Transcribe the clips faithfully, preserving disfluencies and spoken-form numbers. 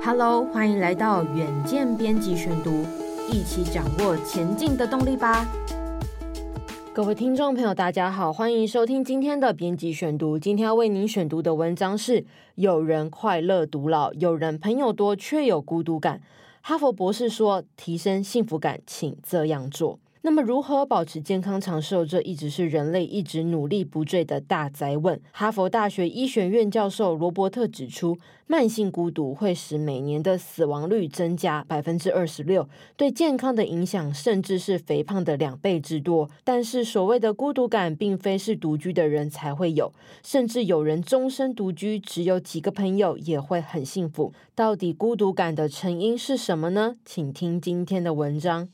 Hello， 欢迎来到远见编辑选读，一起掌握前进的动力吧。各位听众朋友大家好，欢迎收听今天的编辑选读。今天要为您选读的文章是有人快乐独老，有人朋友多却有孤独感。哈佛博士说，提升幸福感请这样做。那么如何保持健康长寿，这一直是人类一直努力不坠的大哉问。哈佛大学医学院教授罗伯特指出，慢性孤独会使每年的死亡率增加 百分之二十六， 对健康的影响甚至是肥胖的两倍之多。但是所谓的孤独感并非是独居的人才会有，甚至有人终身独居，只有几个朋友也会很幸福。到底孤独感的成因是什么呢？请听今天的文章。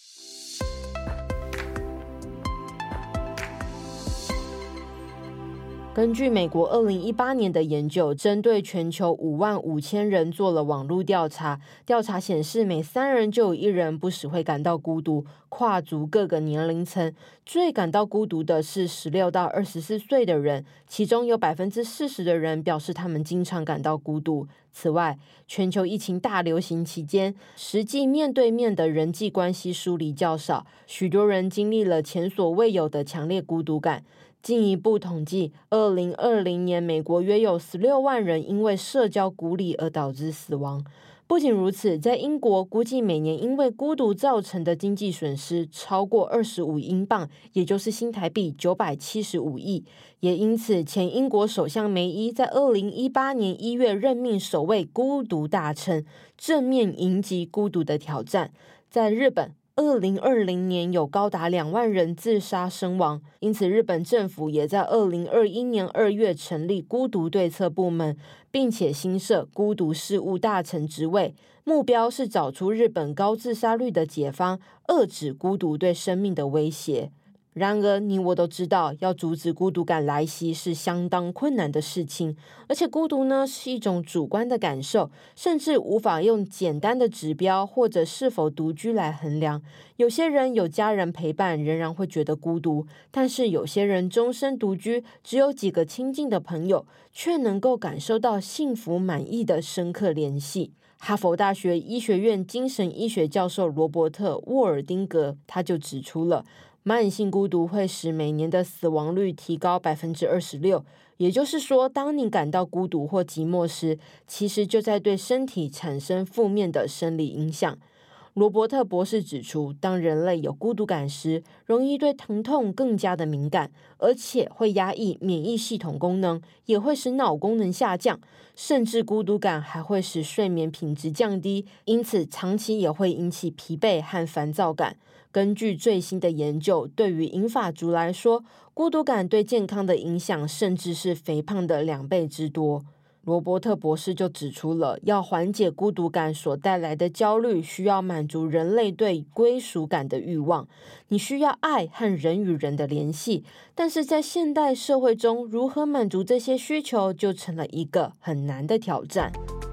根据美国二零一八年的研究，针对全球五万五千人做了网络调查，调查显示每三人就有一人不时会感到孤独，跨足各个年龄层，最感到孤独的是十六到二十四岁的人，其中有 百分之四十 的人表示他们经常感到孤独。此外，全球疫情大流行期间，实际面对面的人际关系疏离较少，许多人经历了前所未有的强烈孤独感。进一步统计，二零二零年美国约有十六万人因为社交孤立而导致死亡。不仅如此，在英国估计每年因为孤独造成的经济损失超过二十五英镑，也就是新台币九百七十五亿。也因此，前英国首相梅伊在二零一八年一月任命首位孤独大臣，正面迎击孤独的挑战。在日本，二零二零年有高达两万人自杀身亡，因此日本政府也在二零二一年二月成立孤独对策部门，并且新设孤独事务大臣职位，目标是找出日本高自杀率的解方，遏止孤独对生命的威胁。然而你我都知道，要阻止孤独感来袭是相当困难的事情，而且孤独呢是一种主观的感受，甚至无法用简单的指标或者是否独居来衡量。有些人有家人陪伴仍然会觉得孤独，但是有些人终身独居，只有几个亲近的朋友，却能够感受到幸福满意的深刻联系。哈佛大学医学院精神医学教授罗伯特·沃尔丁格他就指出了，慢性孤独会使每年的死亡率提高 百分之二十六， 也就是说，当你感到孤独或寂寞时，其实就在对身体产生负面的生理影响。罗伯特博士指出，当人类有孤独感时，容易对疼痛更加的敏感，而且会压抑免疫系统功能，也会使脑功能下降，甚至孤独感还会使睡眠品质降低，因此长期也会引起疲惫和烦躁感。根据最新的研究，对于银发族来说，孤独感对健康的影响甚至是肥胖的两倍之多。罗伯特博士就指出了，要缓解孤独感所带来的焦虑，需要满足人类对归属感的欲望。你需要爱和人与人的联系，但是在现代社会中，如何满足这些需求，就成了一个很难的挑战。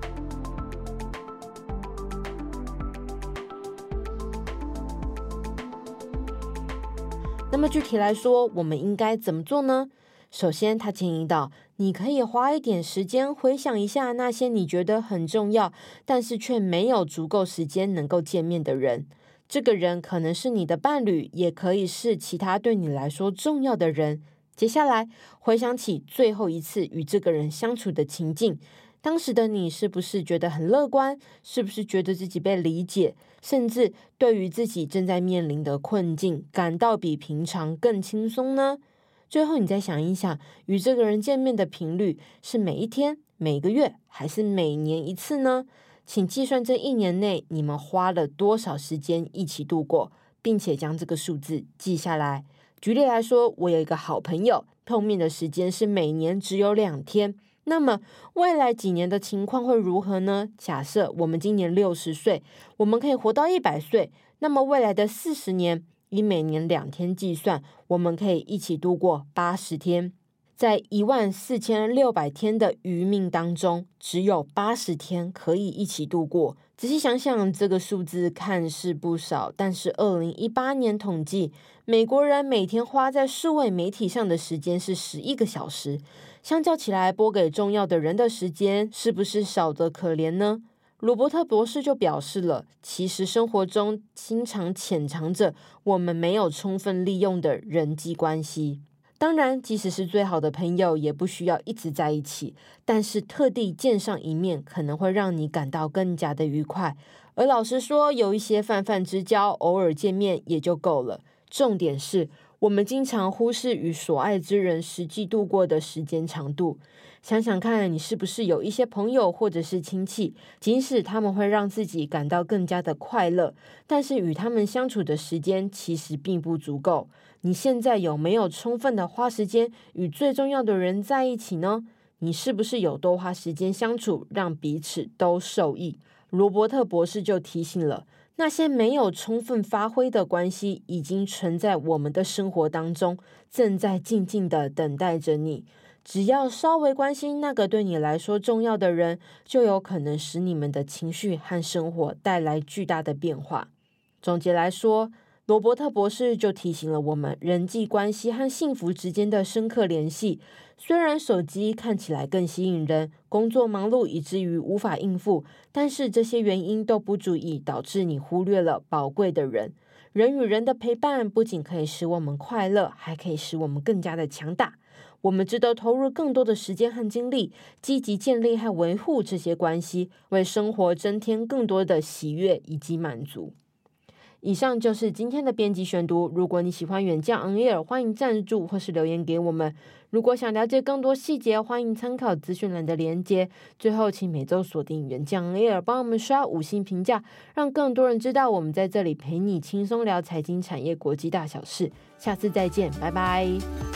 那么具体来说，我们应该怎么做呢？首先，他建议到，你可以花一点时间回想一下那些你觉得很重要，但是却没有足够时间能够见面的人。这个人可能是你的伴侣，也可以是其他对你来说重要的人。接下来，回想起最后一次与这个人相处的情境，当时的你是不是觉得很乐观？是不是觉得自己被理解？甚至对于自己正在面临的困境，感到比平常更轻松呢？最后你再想一想，与这个人见面的频率是每一天、每个月，还是每年一次呢？请计算这一年内你们花了多少时间一起度过，并且将这个数字记下来。举例来说，我有一个好朋友，碰面的时间是每年只有两天。那么未来几年的情况会如何呢？假设我们今年六十岁，我们可以活到一百岁，那么未来的四十年，以每年两天计算，我们可以一起度过八十天。在一万四千六百天的余命当中，只有八十天可以一起度过。仔细想想，这个数字看似不少，但是二零一八年统计，美国人每天花在数位媒体上的时间是十一个小时，相较起来，拨给重要的人的时间是不是少得可怜呢？ 罗伯特博士就表示了，其实生活中经常潜藏着我们没有充分利用的人际关系。当然，即使是最好的朋友，也不需要一直在一起，但是特地见上一面，可能会让你感到更加的愉快。而老实说，有一些泛泛之交，偶尔见面也就够了。重点是，我们经常忽视与所爱之人实际度过的时间长度。想想看，你是不是有一些朋友或者是亲戚，即使他们会让自己感到更加的快乐，但是与他们相处的时间其实并不足够。你现在有没有充分的花时间与最重要的人在一起呢？你是不是有多花时间相处，让彼此都受益？罗伯特博士就提醒了，那些没有充分发挥的关系已经存在我们的生活当中，正在静静的等待着你。只要稍微关心那个对你来说重要的人，就有可能使你们的情绪和生活带来巨大的变化。总结来说，罗伯特博士就提醒了我们人际关系和幸福之间的深刻联系。虽然手机看起来更吸引人，工作忙碌以至于无法应付，但是这些原因都不足以导致你忽略了宝贵的人。人与人的陪伴不仅可以使我们快乐，还可以使我们更加的强大。我们值得投入更多的时间和精力，积极建立和维护这些关系，为生活增添更多的喜悦以及满足。以上就是今天的编辑选读。如果你喜欢远见 On Air， 欢迎赞助或是留言给我们。如果想了解更多细节，欢迎参考资讯栏的连结。最后，请每周锁定远见 On Air， 帮我们刷五星评价，让更多人知道我们在这里陪你轻松聊财经产业国际大小事。下次再见，拜拜。